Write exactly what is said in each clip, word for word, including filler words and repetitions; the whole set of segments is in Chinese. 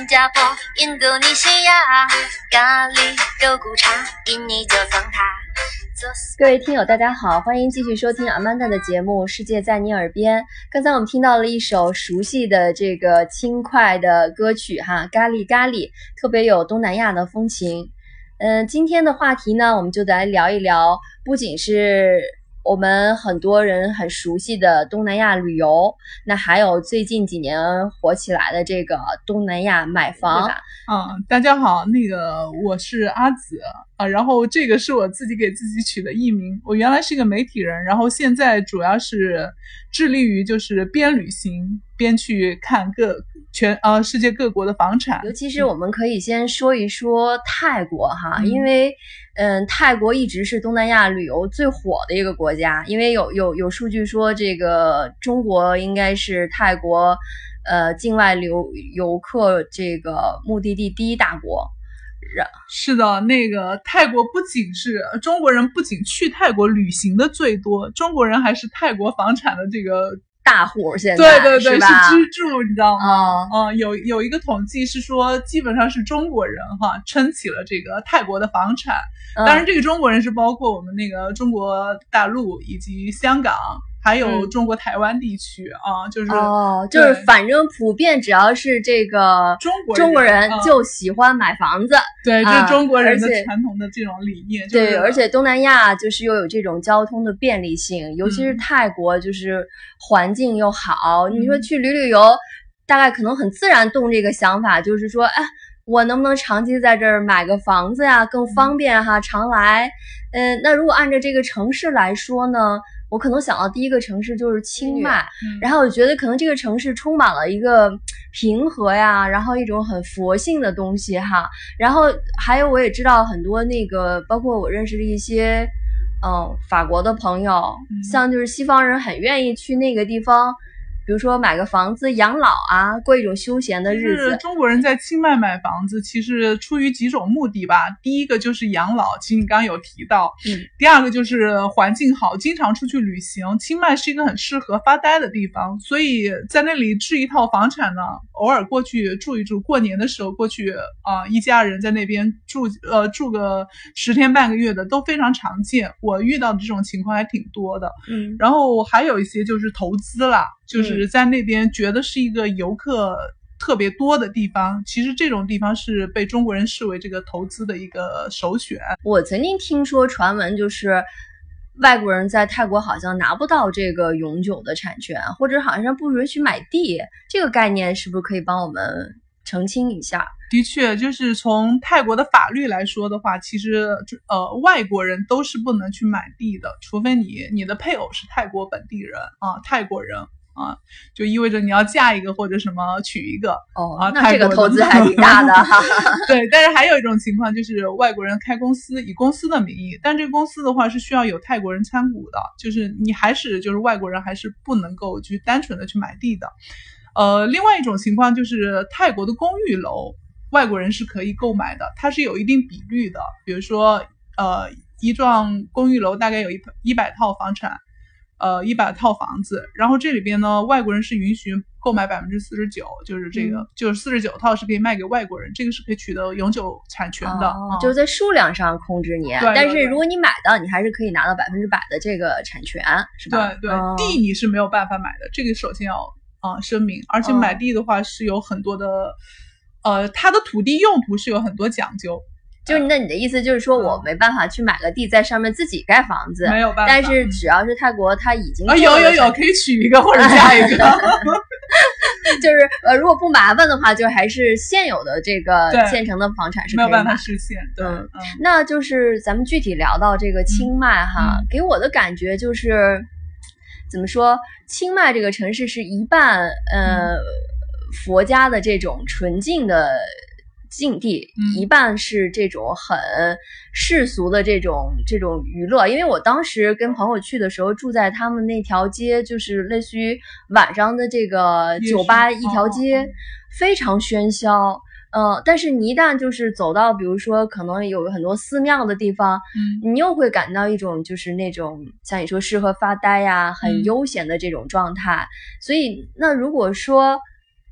加坡、印度尼西亚，咖喱、肉骨茶，印尼就层塔。 各位听友大家好，欢迎继续收听阿曼达的节目《世界在你耳边》。刚才我们听到了一首熟悉的这个轻快的歌曲哈，咖喱咖喱，特别有东南亚的风情。嗯、呃，今天的话题呢，我们就来聊一聊，不仅是我们很多人很熟悉的东南亚旅游，那还有最近几年火起来的这个东南亚买房。 嗯，大家好，那个我是阿紫啊，然后这个是我自己给自己取的艺名。我原来是一个媒体人，然后现在主要是致力于就是边旅行边去看各全呃世界各国的房产。 尤其是我们可以先说一说泰国哈，嗯、因为嗯泰国一直是东南亚旅游最火的一个国家，因为有有有数据说这个中国应该是泰国呃境外流游客这个目的地第一大国。 是的，那个泰国不仅是中国人，不仅去泰国旅行的最多，中国人还是泰国房产的这个大户。现在对对对 是, 是支柱，你知道吗？ 嗯、 呃、有有一个统计是说，基本上是中国人哈撑起了这个泰国的房产。当然，这个中国人是包括我们那个中国大陆以及香港。还有中国台湾地区、嗯、啊，就是哦，就是反正普遍只要是这个中国中国人就喜欢买房子， 嗯、对，这、 啊、 中国人的传统的这种理念。就是、 对，而且东南亚就是又有这种交通的便利性，尤其是泰国，就是环境又好。嗯、你说去旅旅游，大概可能很自然动这个想法，就是说，哎。我能不能长期在这儿买个房子呀，更方便哈，常来。嗯，那如果按照这个城市来说呢，我可能想到第一个城市就是清迈，嗯、然后我觉得可能这个城市充满了一个平和呀，然后一种很佛性的东西哈。然后还有我也知道很多那个，包括我认识的一些嗯法国的朋友，嗯、像就是西方人很愿意去那个地方。比如说买个房子养老啊，过一种休闲的日子。 中国人在清迈买房子，其实出于几种目的吧。第一个就是养老，其实你刚刚有提到。 嗯。 第二个就是环境好，经常出去旅行。清迈是一个很适合发呆的地方，所以在那里置一套房产呢，偶尔过去住一住，过年的时候过去啊、呃，一家人在那边住呃住个十天半个月的都非常常见。我遇到的这种情况还挺多的。 嗯。 然后还有一些就是投资啦。就是在那边觉得是一个游客特别多的地方，嗯、其实这种地方是被中国人视为这个投资的一个首选。 我曾经听说传闻，就是外国人在泰国好像拿不到这个永久的产权，或者好像不允许买地，这个概念是不是可以帮我们澄清一下？ 的确，就是从泰国的法律来说的话，其实呃外国人都是不能去买地的，除非你你的配偶是泰国本地人啊，泰国人。啊，就意味着你要嫁一个或者什么娶一个哦， 啊， 那这个投资还挺大的哈。 对，但是还有一种情况就是外国人开公司，以公司的名义，但这个公司的话是需要有泰国人参股的，就是你还是就是外国人还是不能够去单纯的去买地的。呃，另外一种情况就是泰国的公寓楼，外国人是可以购买的，它是有一定比率的，比如说呃一幢公寓楼大概有一一百套房产。呃，一百套房子，然后这里边呢，外国人是允许购买百分之四十九，就是这个，嗯、就是四十九套是可以卖给外国人，这个是可以取得永久产权的， 哦嗯、就是在数量上控制你。 对对对， 但是如果你买到，你还是可以拿到百分之百的这个产权，是吧？ 对对， 哦、 地你是没有办法买的，这个首先要啊、呃、声明，而且买地的话是有很多的，哦、呃，它的土地用途是有很多讲究。 就是那你的意思就是说我没办法去买个地在上面自己盖房子， 没有办法。 但是只要是泰国，它已经啊有有有可以娶一个或者嫁一个， 就是呃如果不麻烦的话，就还是现有的这个现成的房产是可以没有办法实现。对， 嗯，嗯那就是咱们具体聊到这个清迈哈， 嗯、 给我的感觉就是怎么说，清迈这个城市是一半呃、嗯、佛家的这种纯净的。境地一半是这种很世俗的这种这种娱乐，因为我当时跟朋友去的时候住在他们那条街，就是类似于晚上的这个酒吧一条街，非常喧嚣。呃，但是你一旦就是走到比如说可能有很多寺庙的地方， 嗯， 你又会感到一种就是那种像你说适合发呆呀很悠闲的这种状态。嗯、所以那如果说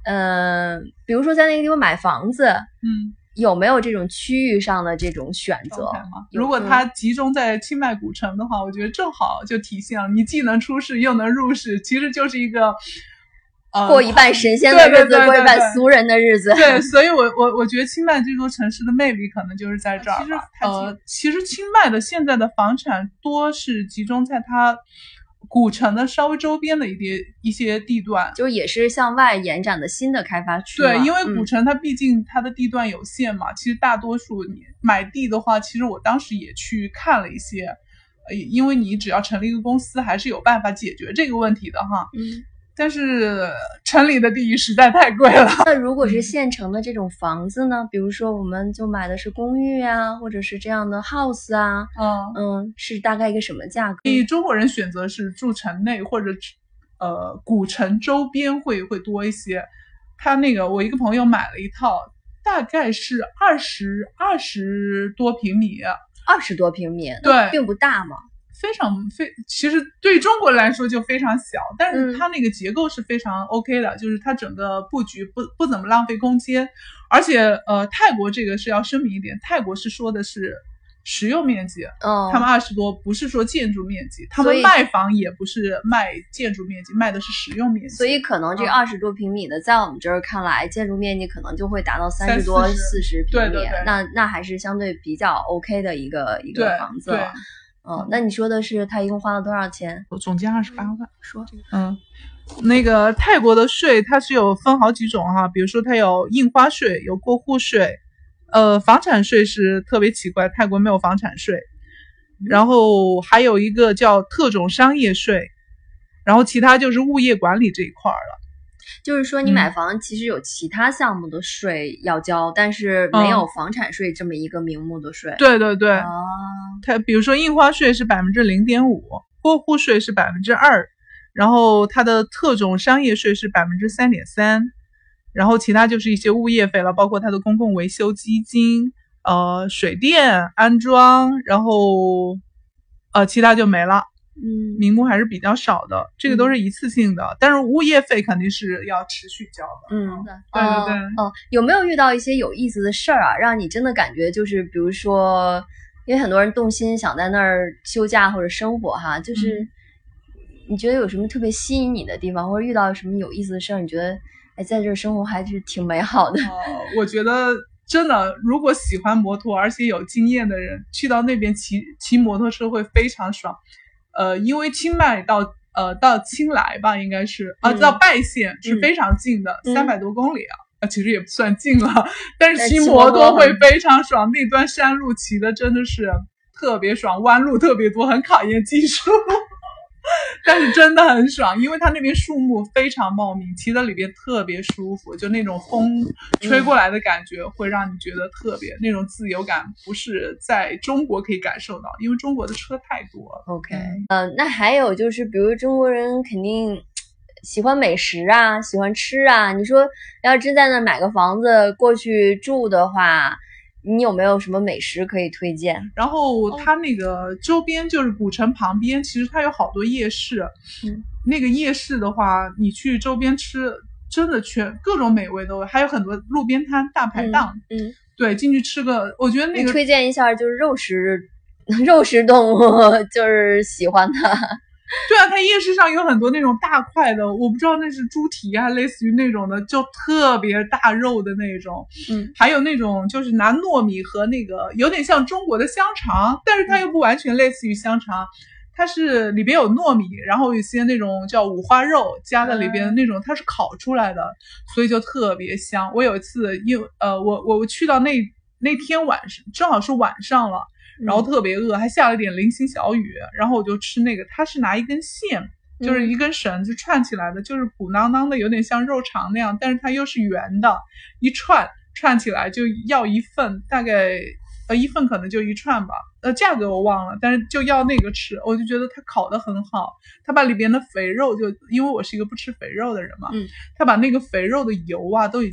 呃，比如说在那个地方买房子， 嗯， 有没有这种区域上的这种选择？ 如果它集中在清迈古城的话，我觉得正好就体现了你既能出世又能入世，其实就是一个。呃、 过一半神仙的日子， 对对对对对过一半俗人的日子。 对，所以我我我觉得清迈这座城市的魅力可能就是在这儿。其实呃，其实清迈的现在的房产多是集中在它古城的稍微周边的一些一些地段， 就也是向外延展的新的开发区。 对，因为古城它毕竟它的地段有限嘛，嗯、其实大多数你买地的话，其实我当时也去看了一些，呃，因为你只要成立一个公司，还是有办法解决这个问题的哈。 嗯。 但是城里的地实在太贵了。 那如果是现成的这种房子呢？比如说，我们就买的是公寓啊，或者是这样的 house 啊， 嗯嗯，是大概一个什么价格？ 所以中国人选择是住城内或者呃古城周边会会多一些。他那个我一个朋友买了一套，大概是二十二十多平米， 二十多平米， 对， 并不大嘛。 非常非，其实对于中国人来说就非常小，但是它那个结构是非常 OK 的，嗯、就是它整个布局不不怎么浪费空间，而且呃，泰国这个是要声明一点，泰国是说的是实用面积， 哦， 他们二十多不是说建筑面积，他们卖房也不是卖建筑面积，卖的是实用面积， 所以可能这二十多平米的，嗯、在我们这儿看来，建筑面积可能就会达到三十多、四十平米， 对对对， 那那还是相对比较 OK 的一个一个房子了。嗯，那你说的是他一共花了多少钱？ 我总计二十八万。 说， 嗯，那个泰国的税它是有分好几种哈，比如说它有印花税，有过户税，呃，房产税是特别奇怪，泰国没有房产税，然后还有一个叫特种商业税，然后其他就是物业管理这一块了。 就是说，你买房其实有其他项目的税要交，嗯、但是没有房产税这么一个名目的税。 嗯、对对对， 啊， 它比如说印花税是百分之零点五，过户税是百分之二，然后它的特种商业税是百分之三点三，然后其他就是一些物业费了，包括它的公共维修基金、呃水电安装，然后呃其他就没了。 嗯， 名目还是比较少的，这个都是一次性的，嗯、但是物业费肯定是要持续交的。 嗯， 对对对。 哦、呃，有没有遇到一些有意思的事儿啊，让你真的感觉就是，比如说，因为很多人动心想在那儿休假或者生活哈，就是、嗯、你觉得有什么特别吸引你的地方，或者遇到什么有意思的事儿，你觉得哎在这儿生活还是挺美好的。 呃，我觉得真的，如果喜欢摩托而且有经验的人，去到那边骑骑摩托车会非常爽。呃，因为清迈到呃到清莱吧，应该是啊、嗯、到拜县是非常近的，三百、嗯、多公里啊，啊其实也不算近了，但是骑摩托会非常爽，那段山路骑的真的是特别爽，弯路特别多，很考验技术。但是真的很爽，因为它那边树木非常茂密，骑在里边特别舒服，就那种风吹过来的感觉会让你觉得特别、嗯、那种自由感不是在中国可以感受到，因为中国的车太多了。 OK， 呃，那还有就是比如中国人肯定喜欢美食啊，喜欢吃啊，你说要真在那买个房子过去住的话，你有没有什么美食可以推荐？ 然后它那个周边就是古城旁边，其实它有好多夜市。嗯，那个夜市的话，你去周边吃，真的全各种美味都有，还有很多路边摊、大排档。 嗯，嗯对，进去吃个，我觉得那个你推荐一下，就是肉食肉食动物，就是喜欢的。 对啊，它夜市上有很多那种大块的，我不知道那是猪蹄还类似于那种的，就特别大肉的那种。 嗯， 还有那种就是拿糯米和那个有点像中国的香肠，但是它又不完全类似于香肠，它是里边有糯米，然后有些那种叫五花肉加在里边的那种，它是烤出来的，所以就特别香。我有一次因为呃我我去到那那天晚上正好是晚上了，然后特别饿，还下了点零星小雨，然后我就吃那个，它是拿一根线，就是一根绳子串起来的，就是鼓囊囊的，有点像肉肠那样，但是它又是圆的，一串串起来就要一份，大概呃一份可能就一串吧，呃价格我忘了，但是就要那个吃，我就觉得它烤得很好，它把里边的肥肉就因为我是一个不吃肥肉的人嘛， 嗯， 它把那个肥肉的油啊都已经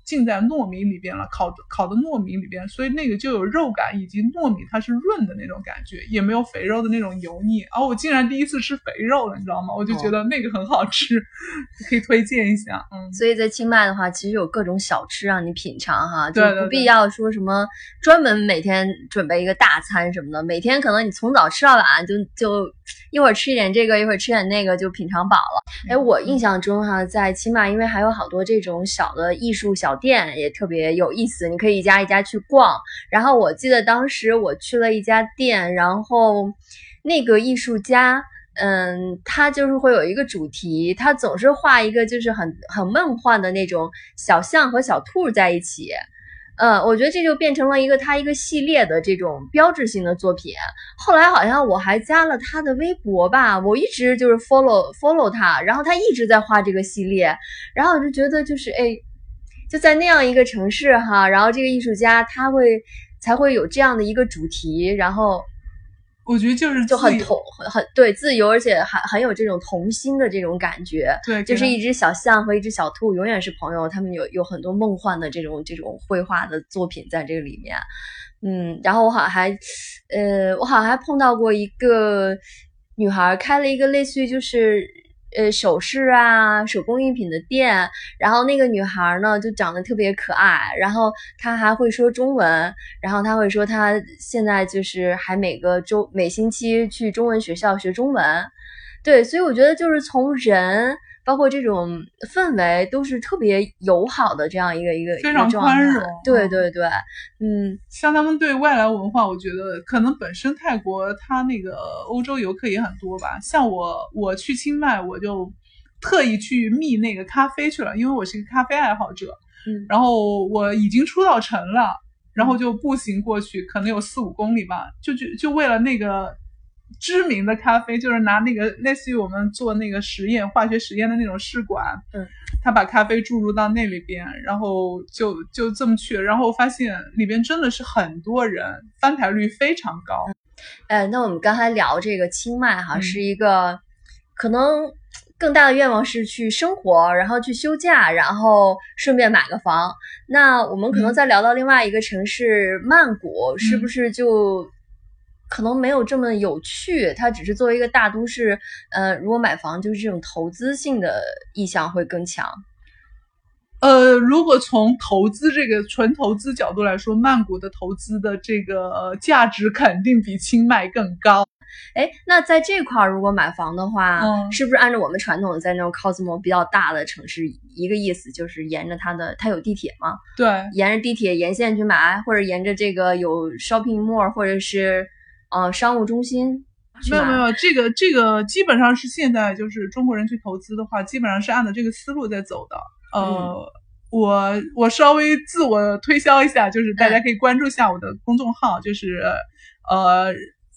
浸在糯米里边了，烤烤的糯米里边，所以那个就有肉感，以及糯米它是润的那种感觉，也没有肥肉的那种油腻。哦，我竟然第一次吃肥肉了，你知道吗？我就觉得那个很好吃，哦、可以推荐一下。嗯， 所以在清迈的话，其实有各种小吃让你品尝哈，就对对对不必要说什么专门每天准备一个大餐什么的，每天可能你从早吃到晚，就就一会儿吃一点这个，一会儿吃点那个，就品尝饱了。哎，我印象中哈，在清迈，因为还有好多这种小的艺术小店，也特别有意思，你可以一家一家去逛。然后我记得当时我去了一家店，然后那个艺术家，嗯，他就是会有一个主题，他总是画一个就是很很梦幻的那种小象和小兔在一起。呃，我觉得这就变成了一个他一个系列的这种标志性的作品。后来好像我还加了他的微博吧，我一直就是 follow follow 他，然后他一直在画这个系列，然后我就觉得就是哎，就在那样一个城市哈，然后这个艺术家他会才会有这样的一个主题，然后我觉得就是就很童很很对自由，而且还很有这种童心的这种感觉。 对， 就是一只小象和一只小兔永远是朋友，他们有有很多梦幻的这种这种绘画的作品在这个里面。嗯，然后我好像还，呃，我好像还碰到过一个女孩开了一个类似于就是呃首饰啊手工艺品的店，然后那个女孩呢就长得特别可爱，然后她还会说中文，然后她会说她现在就是还每个周每星期去中文学校学中文。对，所以我觉得就是从人包括这种氛围都是特别友好的这样一个一个非常宽容。 对对对，嗯， 像他们对外来文化，我觉得可能本身泰国它那个欧洲游客也很多吧。像我我去清迈，我就特意去觅那个咖啡去了，因为我是一个咖啡爱好者。 嗯， 然后我已经出到城了，然后就步行过去，可能有四五公里吧，就就就为了那个知名的咖啡，就是拿那个类似于我们做那个实验化学实验的那种试管， 嗯， 他把咖啡注入到那里边，然后就就这么去，然后发现里边真的是很多人，翻台率非常高。 呃，那我们刚才聊这个清迈哈， 嗯、 是一个可能更大的愿望是去生活，然后去休假，然后顺便买个房。那我们可能再聊到另外一个城市、嗯、曼谷，是不是就可能没有这么有趣？它只是作为一个大都市，呃，如果买房就是这种投资性的意向会更强。 呃，如果从投资这个纯投资角度来说，曼谷的投资的这个价值肯定比清迈更高。 哎，那在这块儿如果买房的话， 嗯， 是不是按照我们传统在那种 Cosmo 比较大的城市一个意思，就是沿着它的它有地铁吗？ 对， 沿着地铁沿线去买，或者沿着这个有 shopping mall 或者是呃商务中心去买。 没有没有，这个这个基本上是现在就是中国人去投资的话，基本上是按照这个思路在走的。呃， 嗯、 我我稍微自我推销一下，就是大家可以关注一下我的公众号，嗯、就是呃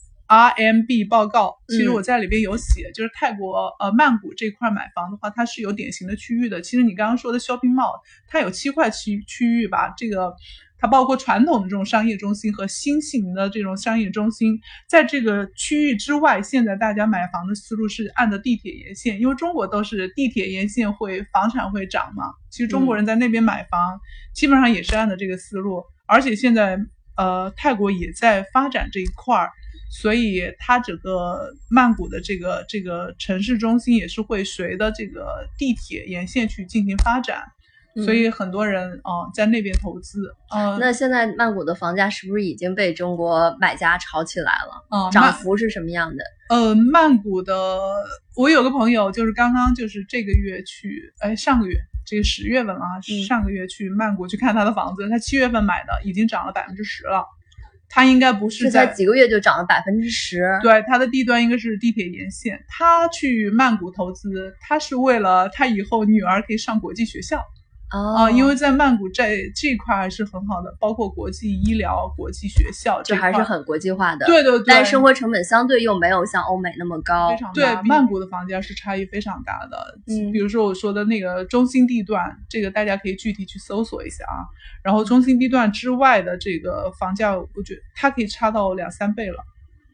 R M B 报告。其实我在里边有写，嗯、就是泰国呃曼谷这块买房的话，它是有典型的区域的。其实你刚刚说的 shopping mall， 它有七块区区域吧，这个。它包括传统的这种商业中心和新型的这种商业中心，在这个区域之外，现在大家买房的思路是按照地铁沿线，因为中国都是地铁沿线会房产会涨嘛。其实中国人在那边买房，嗯、基本上也是按照这个思路，而且现在呃泰国也在发展这一块，所以它整个曼谷的这个这个城市中心也是会随着这个地铁沿线去进行发展。所以很多人啊、呃、在那边投资。呃， 那现在曼谷的房价是不是已经被中国买家炒起来了？ 呃、 涨幅是什么样的？ 呃，曼谷的，我有个朋友就是刚刚就是这个月去，哎，上个月这个十月份啊， 嗯、 上个月去曼谷去看他的房子，他七月份买的，已经涨了百分之十了。他应该不是在才几个月就涨了百分之十。 对，他的地段应该是地铁沿线。他去曼谷投资，他是为了他以后女儿可以上国际学校。 啊、 呃，因为在曼谷这这一块还是很好的，包括国际医疗、国际学校， 这还是很国际化的。 对对对， 但生活成本相对又没有像欧美那么高， 非常大。对，曼谷的房价是差异非常大的。 嗯， 比如说我说的那个中心地段，这个大家可以具体去搜索一下啊。然后中心地段之外的这个房价，我觉得它可以差到两三倍了。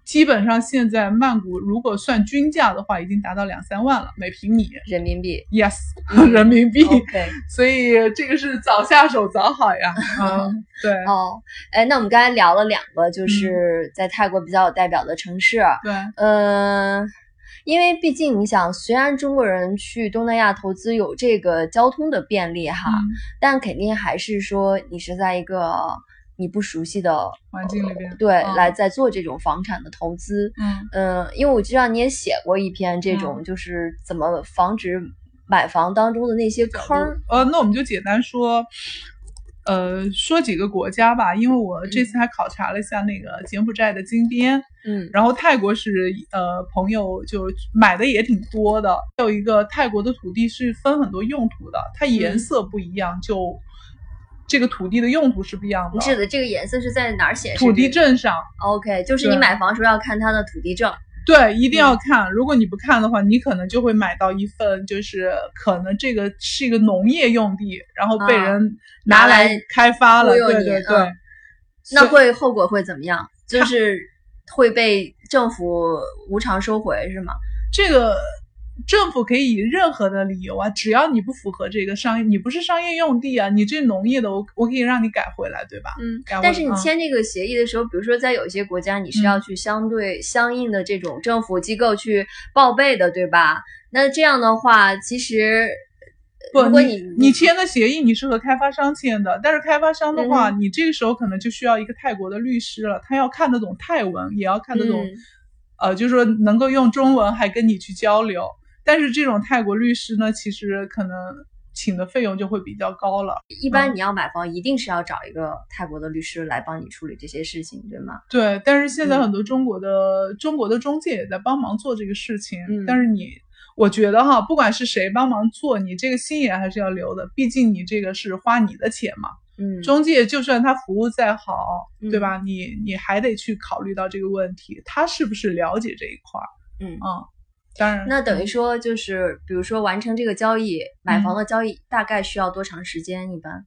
基本上现在曼谷如果算均价的话，已经达到两三万了每平米人民币。 Yes，、嗯、人民币。 OK， 所以这个是早下手早好呀。嗯，对。 哦，哎，那我们刚才聊了两个，就是在泰国比较有代表的城市。 对。 嗯、呃。因为毕竟你想，虽然中国人去东南亚投资有这个交通的便利哈，嗯、但肯定还是说你是在一个你不熟悉的环境里边， 呃、对、 嗯， 来在做这种房产的投资。 嗯嗯、呃，因为我知道你也写过一篇这种，就是怎么防止买房当中的那些坑儿。 呃，那我们就简单说。呃，说几个国家吧，因为我这次还考察了一下那个柬埔寨的金边， 嗯， 然后泰国是呃朋友就买的也挺多的，还有一个泰国的土地是分很多用途的，它颜色不一样，嗯、就这个土地的用途是不一样的。 你指的这个颜色是在哪儿显示？ 土地证上。 OK， 就是你买房时候要看它的土地证。 对，一定要看。如果你不看的话，你可能就会买到一份，就是可能这个是一个农业用地，然后被人拿来开发了。对对对、嗯。 那会后果会怎么样？就是会被政府无偿收回是吗？ 这个政府可以以任何的理由啊，只要你不符合这个商业，你不是商业用地啊，你这农业的，我我可以让你改回来，对吧？ 嗯。但是你签这个协议的时候，嗯、比如说在有一些国家，你是要去相对相应的这种政府机构去报备的，对吧？那这样的话，其实不， 如果你你签的协议你是和开发商签的，但是开发商的话，嗯、你这个时候可能就需要一个泰国的律师了，他要看得懂泰文，也要看得懂，嗯、呃，就是说能够用中文还跟你去交流。但是这种泰国律师呢，其实可能请的费用就会比较高了。 一般你要买房，嗯、一定是要找一个泰国的律师来帮你处理这些事情，对吗？ 对，但是现在很多中国的、嗯、中国的中介也在帮忙做这个事情。嗯、但是你，我觉得哈，不管是谁帮忙做，你这个心眼还是要留的，毕竟你这个是花你的钱嘛。 嗯， 中介就算他服务再好， 嗯、 对吧？你你还得去考虑到这个问题，他是不是了解这一块？ 嗯嗯。当然， 那等于说就是，比如说完成这个交易，嗯、买房的交易大概需要多长时间？一般？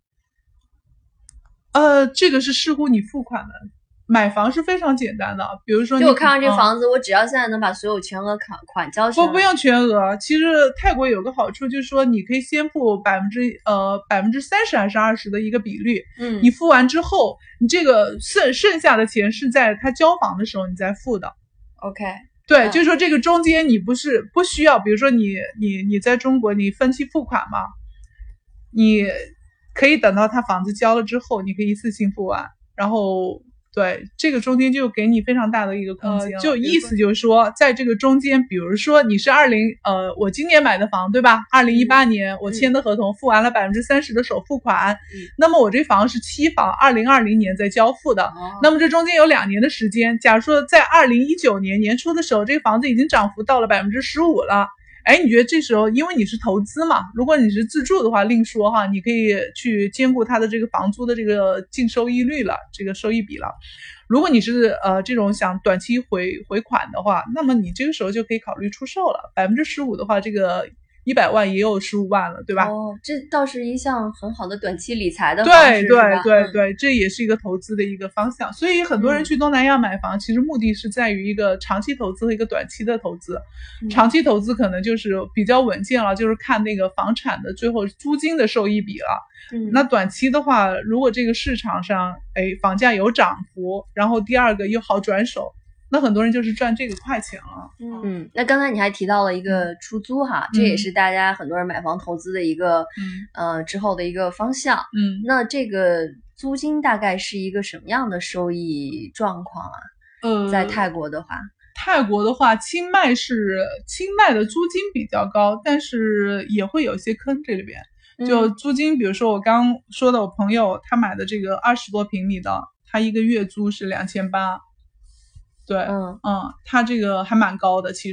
呃，这个是视乎你付款的。买房是非常简单的，比如说你， 就我看上这房子，嗯、我只要现在能把所有全额款款交全。 不，不用全额。其实泰国有个好处，就是说你可以先付百分之呃百分之三十还是二十的一个比率。 嗯， 你付完之后，你这个剩剩下的钱是在他交房的时候你再付的。 OK。 对，就是说这个中间你不是不需要，比如说你你你在中国你分期付款嘛，你可以等到他房子交了之后，你可以一次性付完，然后对这个中间就给你非常大的一个空间、呃、就意思就是说在这个中间，比如说你是二零呃我今年买的房对吧，二零一八年、嗯、我签的合同付完了百分之三十的首付款、嗯、那么我这房是期房二零二零年在交付的、哦、那么这中间有两年的时间，假如说在二零一九年年初的时候，这个房子已经涨幅到了百分之十五了，哎，你觉得这时候因为你是投资嘛，如果你是自住的话另说哈，你可以去兼顾它的这个房租的这个净收益率了，这个收益比了。如果你是呃这种想短期回回款的话，那么你这个时候就可以考虑出售了，百分之十五的话，这个一百万也有十五万了，对吧？ 哦，这倒是一项很好的短期理财的方式，对对对嗯、 对，这也是一个投资的一个方向。所以很多人去东南亚买房，嗯、其实目的是在于一个长期投资和一个短期的投资。嗯、长期投资可能就是比较稳健了，就是看那个房产的最后租金的收益比了。 嗯， 那短期的话，如果这个市场上，哎，房价有涨幅，然后第二个又好转手。那很多人就是赚这个快钱了。 嗯，那刚才你还提到了一个出租哈，嗯、这也是大家很多人买房投资的一个，嗯、呃之后的一个方向。 嗯， 那这个租金大概是一个什么样的收益状况啊？ 呃， 在泰国的话， 泰国的话，清迈是清迈的租金比较高，但是也会有一些坑这里边。就租金，比如说我刚说的，我朋友他买的这个二十多平米的，他一个月租是两千八。对， 嗯嗯，它这个还蛮高的，其实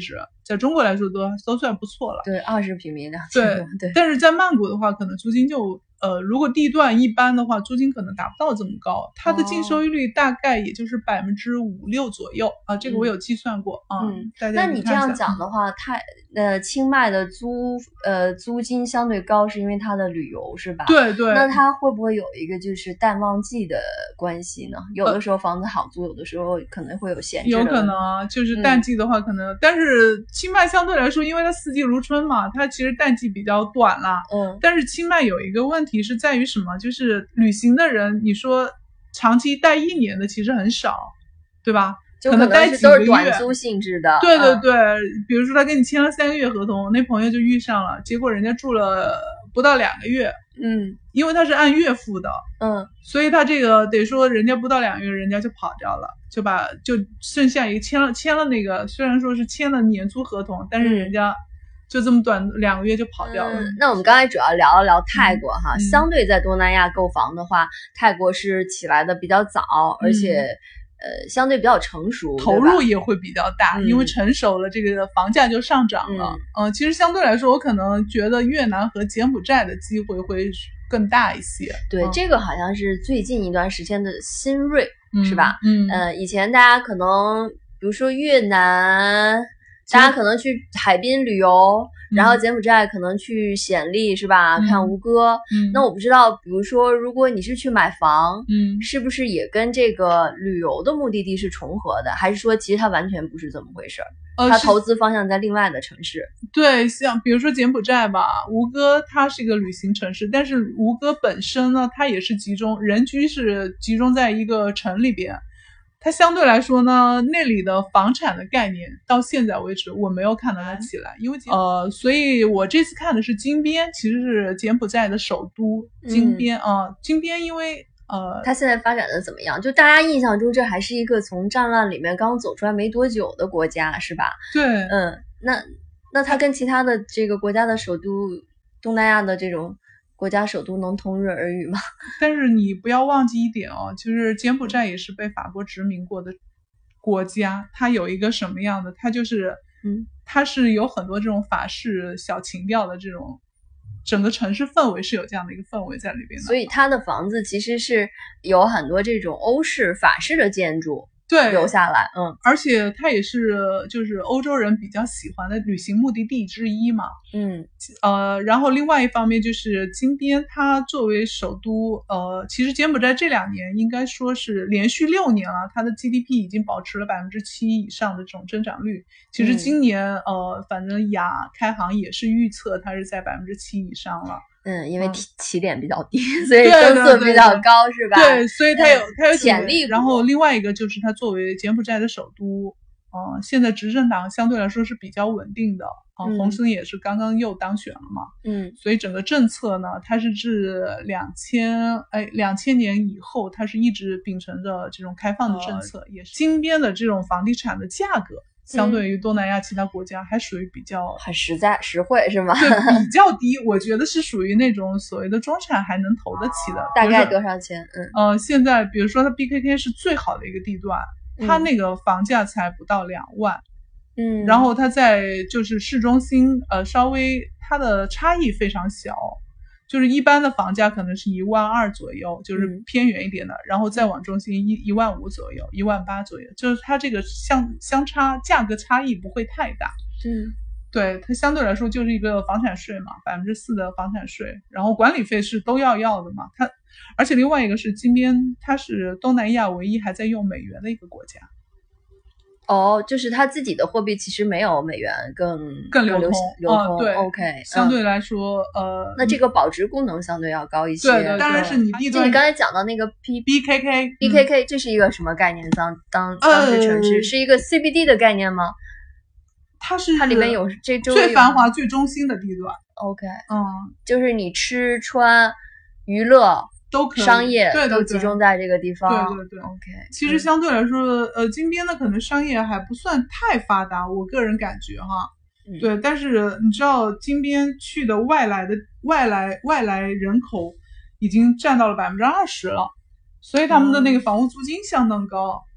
在中国来说都都算不错了。 对，二十平米两千多，对。 但是在曼谷的话，可能租金就呃，如果地段一般的话，租金可能达不到这么高，它的净收益率大概也就是百分之五六左右啊，这个我有计算过啊。 嗯， 大家那你这样讲的话，太呃清迈的租呃租金相对高，是因为它的旅游是吧？ 对对。 那它会不会有一个就是淡旺季的关系呢？有的时候房子好租，有的时候可能会有闲置的。 有可能啊，就是淡季的话，可能，嗯、但是清迈相对来说，因为它四季如春嘛，它其实淡季比较短啦。 嗯。 但是清迈有一个问题是在于什么？就是旅行的人，你说长期待一年的其实很少，对吧？ 就可能待几都个月， 是短租性质的。 对对对，嗯、比如说他跟你签了三个月合同，那朋友就遇上了，结果人家住了不到两个月， 嗯， 因为他是按月付的， 嗯， 所以他这个得说人家不到两个月，人家就跑掉了，就把就剩下一个签了签了那个，虽然说是签了年租合同，但是人家就这么短两个月就跑掉了。 嗯、那我们刚才主要聊了聊泰国哈， 嗯、 相对在东南亚购房的话，泰国是起来的比较早，而且。嗯呃，相对比较成熟， 投入也会比较大， 嗯、 因为成熟了，这个房价就上涨了。嗯、呃，其实相对来说，我可能觉得越南和柬埔寨的机会会更大一些。 对， 嗯、 这个好像是最近一段时间的新锐， 嗯、 是吧？ 嗯， 呃，以前大家可能，比如说越南，大家可能去海滨旅游。然后柬埔寨可能去暹粒是吧？ 嗯、 看吴哥。 嗯， 那我不知道，比如说，如果你是去买房， 嗯， 是不是也跟这个旅游的目的地是重合的？还是说其实它完全不是这么回事儿？ 呃， 它投资方向在另外的城市。 对，像比如说柬埔寨吧，吴哥它是一个旅行城市，但是吴哥本身呢，它也是集中人居是集中在一个城里边。它相对来说呢，那里的房产的概念到现在为止我没有看到它起来，因为呃，所以我这次看的是金边，其实是柬埔寨的首都金边啊、嗯呃。金边因为呃， 它现在发展的怎么样？就大家印象中这还是一个从战乱里面刚走出来没多久的国家，是吧？ 对， 嗯，那那它跟其他的这个国家的首都，东南亚的这种。国家首都能同日而语吗？ 但是你不要忘记一点哦，就是柬埔寨也是被法国殖民过的国家，它有一个什么样的？它就是， 嗯， 它是有很多这种法式小情调的这种，整个城市氛围是有这样的一个氛围在里边的。 所以它的房子其实是有很多这种欧式、法式的建筑。 对， 留下来，嗯， 而且它也是就是欧洲人比较喜欢的旅行目的地之一嘛， 嗯， 呃，然后另外一方面就是金边，它作为首都，呃，其实柬埔寨这两年应该说是连续六年了，它的 G D P 已经保持了百分之七以上的这种增长率。其实今年，嗯、呃，反正亚开行也是预测它是在百分之七以上了。 嗯，因为起起点比较低，所以增速比较高，是吧？ 对，所以它有、嗯、它有潜力。 然后另外一个就是它作为柬埔寨的首都，呃，现在执政党相对来说是比较稳定的啊、呃嗯，洪森也是刚刚又当选了嘛， 嗯， 所以整个政策呢，它是至两千哎两千年以后，它是一直秉承着这种开放的政策，呃、也是金边的这种房地产的价格。相对于东南亚其他国家，还属于比较很实在、实惠，是吗？ 对，比较低，我觉得是属于那种所谓的中产还能投得起的。 大概多少钱？嗯， 呃，现在比如说它 B K K 是最好的一个地段，嗯、它那个房价才不到两万， 嗯， 然后它在就是市中心，呃，稍微它的差异非常小。就是一般的房价可能是一万二左右，就是偏远一点的，嗯、然后再往中心一一万五左右，一万八左右，就是它这个相相差价格差异不会太大。 嗯， 对，它相对来说就是一个房产税嘛，百分之四的房产税，然后管理费是都要要的嘛。它而且另外一个是金边，它是东南亚唯一还在用美元的一个国家。 哦，就是它自己的货币其实没有美元更更流通， 流通、 嗯、对 ，OK， 相对来说，嗯、呃， 那这个保值功能相对要高一些。 对对，当然是你地段。 就你刚才讲到那个 P B K K B K K，、嗯、这是一个什么概念？当当当时城市、呃、是一个 C B D 的概念吗？ 它是它里面有这周最繁华、最中心的地段。 OK， 嗯， 就是你吃穿娱乐。 都可以， 商业对对对都集中在这个地方。 对对对 ，OK。 其实相对来说，嗯、呃，金边的可能商业还不算太发达，我个人感觉哈。 嗯、 对，但是你知道，金边去的外来的外来外来人口已经占到了百分之二十了，所以他们的那个房屋租金相当高。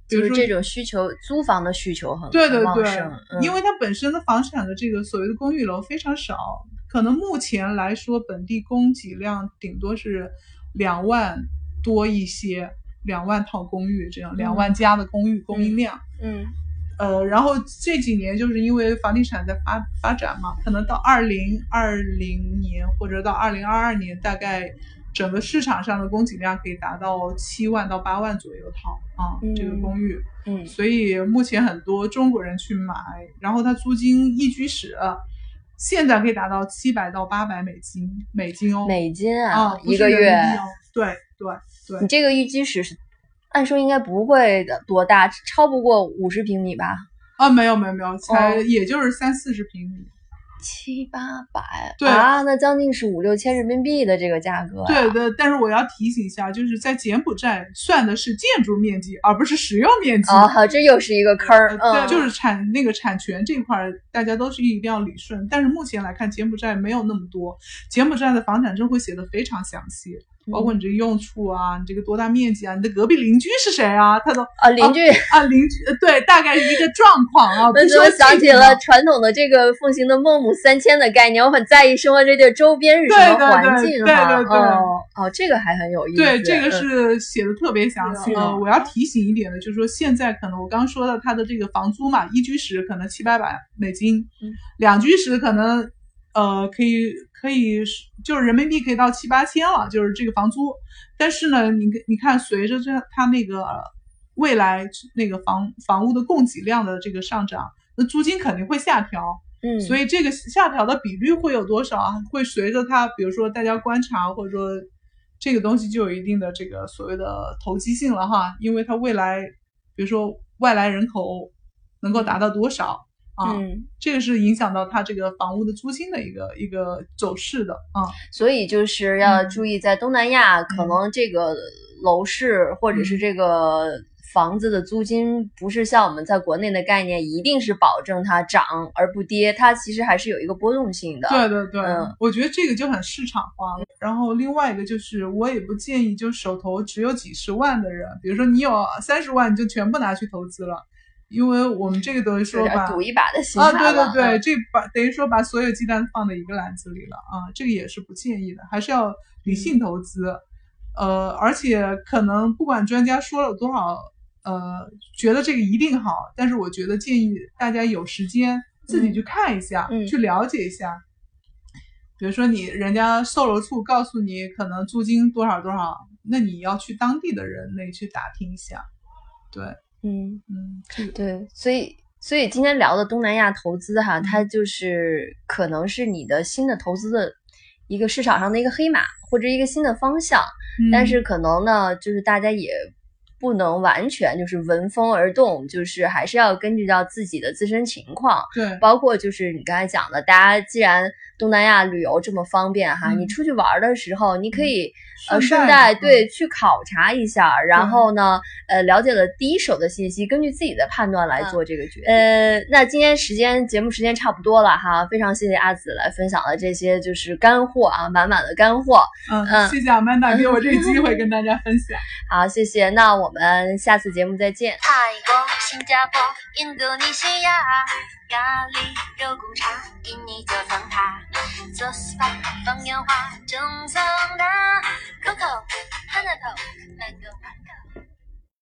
就是这种需求，租房的需求很对对对， 嗯、 因为它本身的房产的这个所谓的公寓楼非常少，可能目前来说本地供给量顶多是两万多一些，两万套公寓这样，两、嗯、万家的公寓供应量。 嗯， 呃，然后这几年就是因为房地产在发发展嘛，可能到二零二零年或者到二零二二年，大概整个市场上的供给量可以达到七万到八万左右套啊、嗯，这个公寓。 嗯， 所以目前很多中国人去买，然后它租金一居室现在可以达到七百到八百美金，美金哦， 美金啊， 啊一个月。 哦、对对对， 你这个寓居室是按说应该不会的多大，超不过五十平米吧？ 啊，没有没有没有，才也就是三四十平米。 七八百， 对啊，那将近是五六千人民币的这个价格、啊。 对对，但是我要提醒一下，就是在柬埔寨算的是建筑面积，而不是使用面积。 啊、哦，这又是一个坑儿。 对、 嗯， 就是产那个产权这块，大家都是一定要理顺。但是目前来看，柬埔寨没有那么多，柬埔寨的房产证会写的非常详细。包括你这个用处啊，你这个多大面积啊，你的隔壁邻居是谁啊？他都啊邻居啊, 啊邻居对，大概是一个状况啊。 那就想起了传统的这个奉行的孟母三迁的概念，我很在意生活这地周边是什么环境哈。对对 对, 对, 对哦哦，这个还很有意思。 对，这个是写的特别详细。呃，我要提醒一点的就是说，现在可能我刚说的它的这个房租嘛，一居室可能七八百美金， 嗯、 两居室可能呃可以可以就是人民币可以到七八千了，就是这个房租。但是呢，你你看，随着这它那个未来那个房房屋的供给量的这个上涨，那租金肯定会下调。 嗯， 所以这个下调的比率会有多少啊？会随着它，比如说大家观察，或者说这个东西就有一定的这个所谓的投机性了哈，因为它未来，比如说外来人口能够达到多少。啊， 嗯， 这个是影响到它这个房屋的租金的一个一个走势的啊， 所以就是要注意，在东南亚、 嗯、 可能这个楼市或者是这个房子的租金，不是像我们在国内的概念，一定是保证它涨而不跌，它其实还是有一个波动性的。 对对对， 嗯， 我觉得这个就很市场化了。然后另外一个就是，我也不建议就手头只有几十万的人，比如说你有三十万，你就全部拿去投资了。因为我们这个等于说把赌一把的心态啊，对对对， 嗯、 这把等于说把所有鸡蛋放在一个篮子里了啊，这个也是不建议的，还是要理性投资。嗯、呃，而且可能不管专家说了多少，呃，觉得这个一定好，但是我觉得建议大家有时间自己去看一下， 嗯、 去了解一下。比如说你人家售楼处告诉你可能租金多少多少，那你要去当地的人那去打听一下，对。 嗯嗯， 对，所以所以今天聊的东南亚投资哈，它就是可能是你的新的投资的一个市场上的一个黑马或者一个新的方向， 嗯、 但是可能呢，就是大家也不能完全就是闻风而动，就是还是要根据到自己的自身情况， 对， 包括就是你刚才讲的，大家既然东南亚旅游这么方便哈， 嗯、 你出去玩的时候，你可以。呃， 顺顺带对去考察一下，然后呢，呃，了解了第一手的信息，根据自己的判断来做这个决定。呃，那今天时间节目时间差不多了哈，非常谢谢阿紫来分享的这些就是干货啊，满满的干货。 嗯嗯，谢谢阿曼达给我这个机会跟大家分享。 好，谢谢。那我们下次节目再见。 泰国、新加坡、印度尼西亚，咖喱、肉骨茶，印尼九层塔，做 S P A 放烟花，正宗的 Coco、Pineapple、Mango、Mango。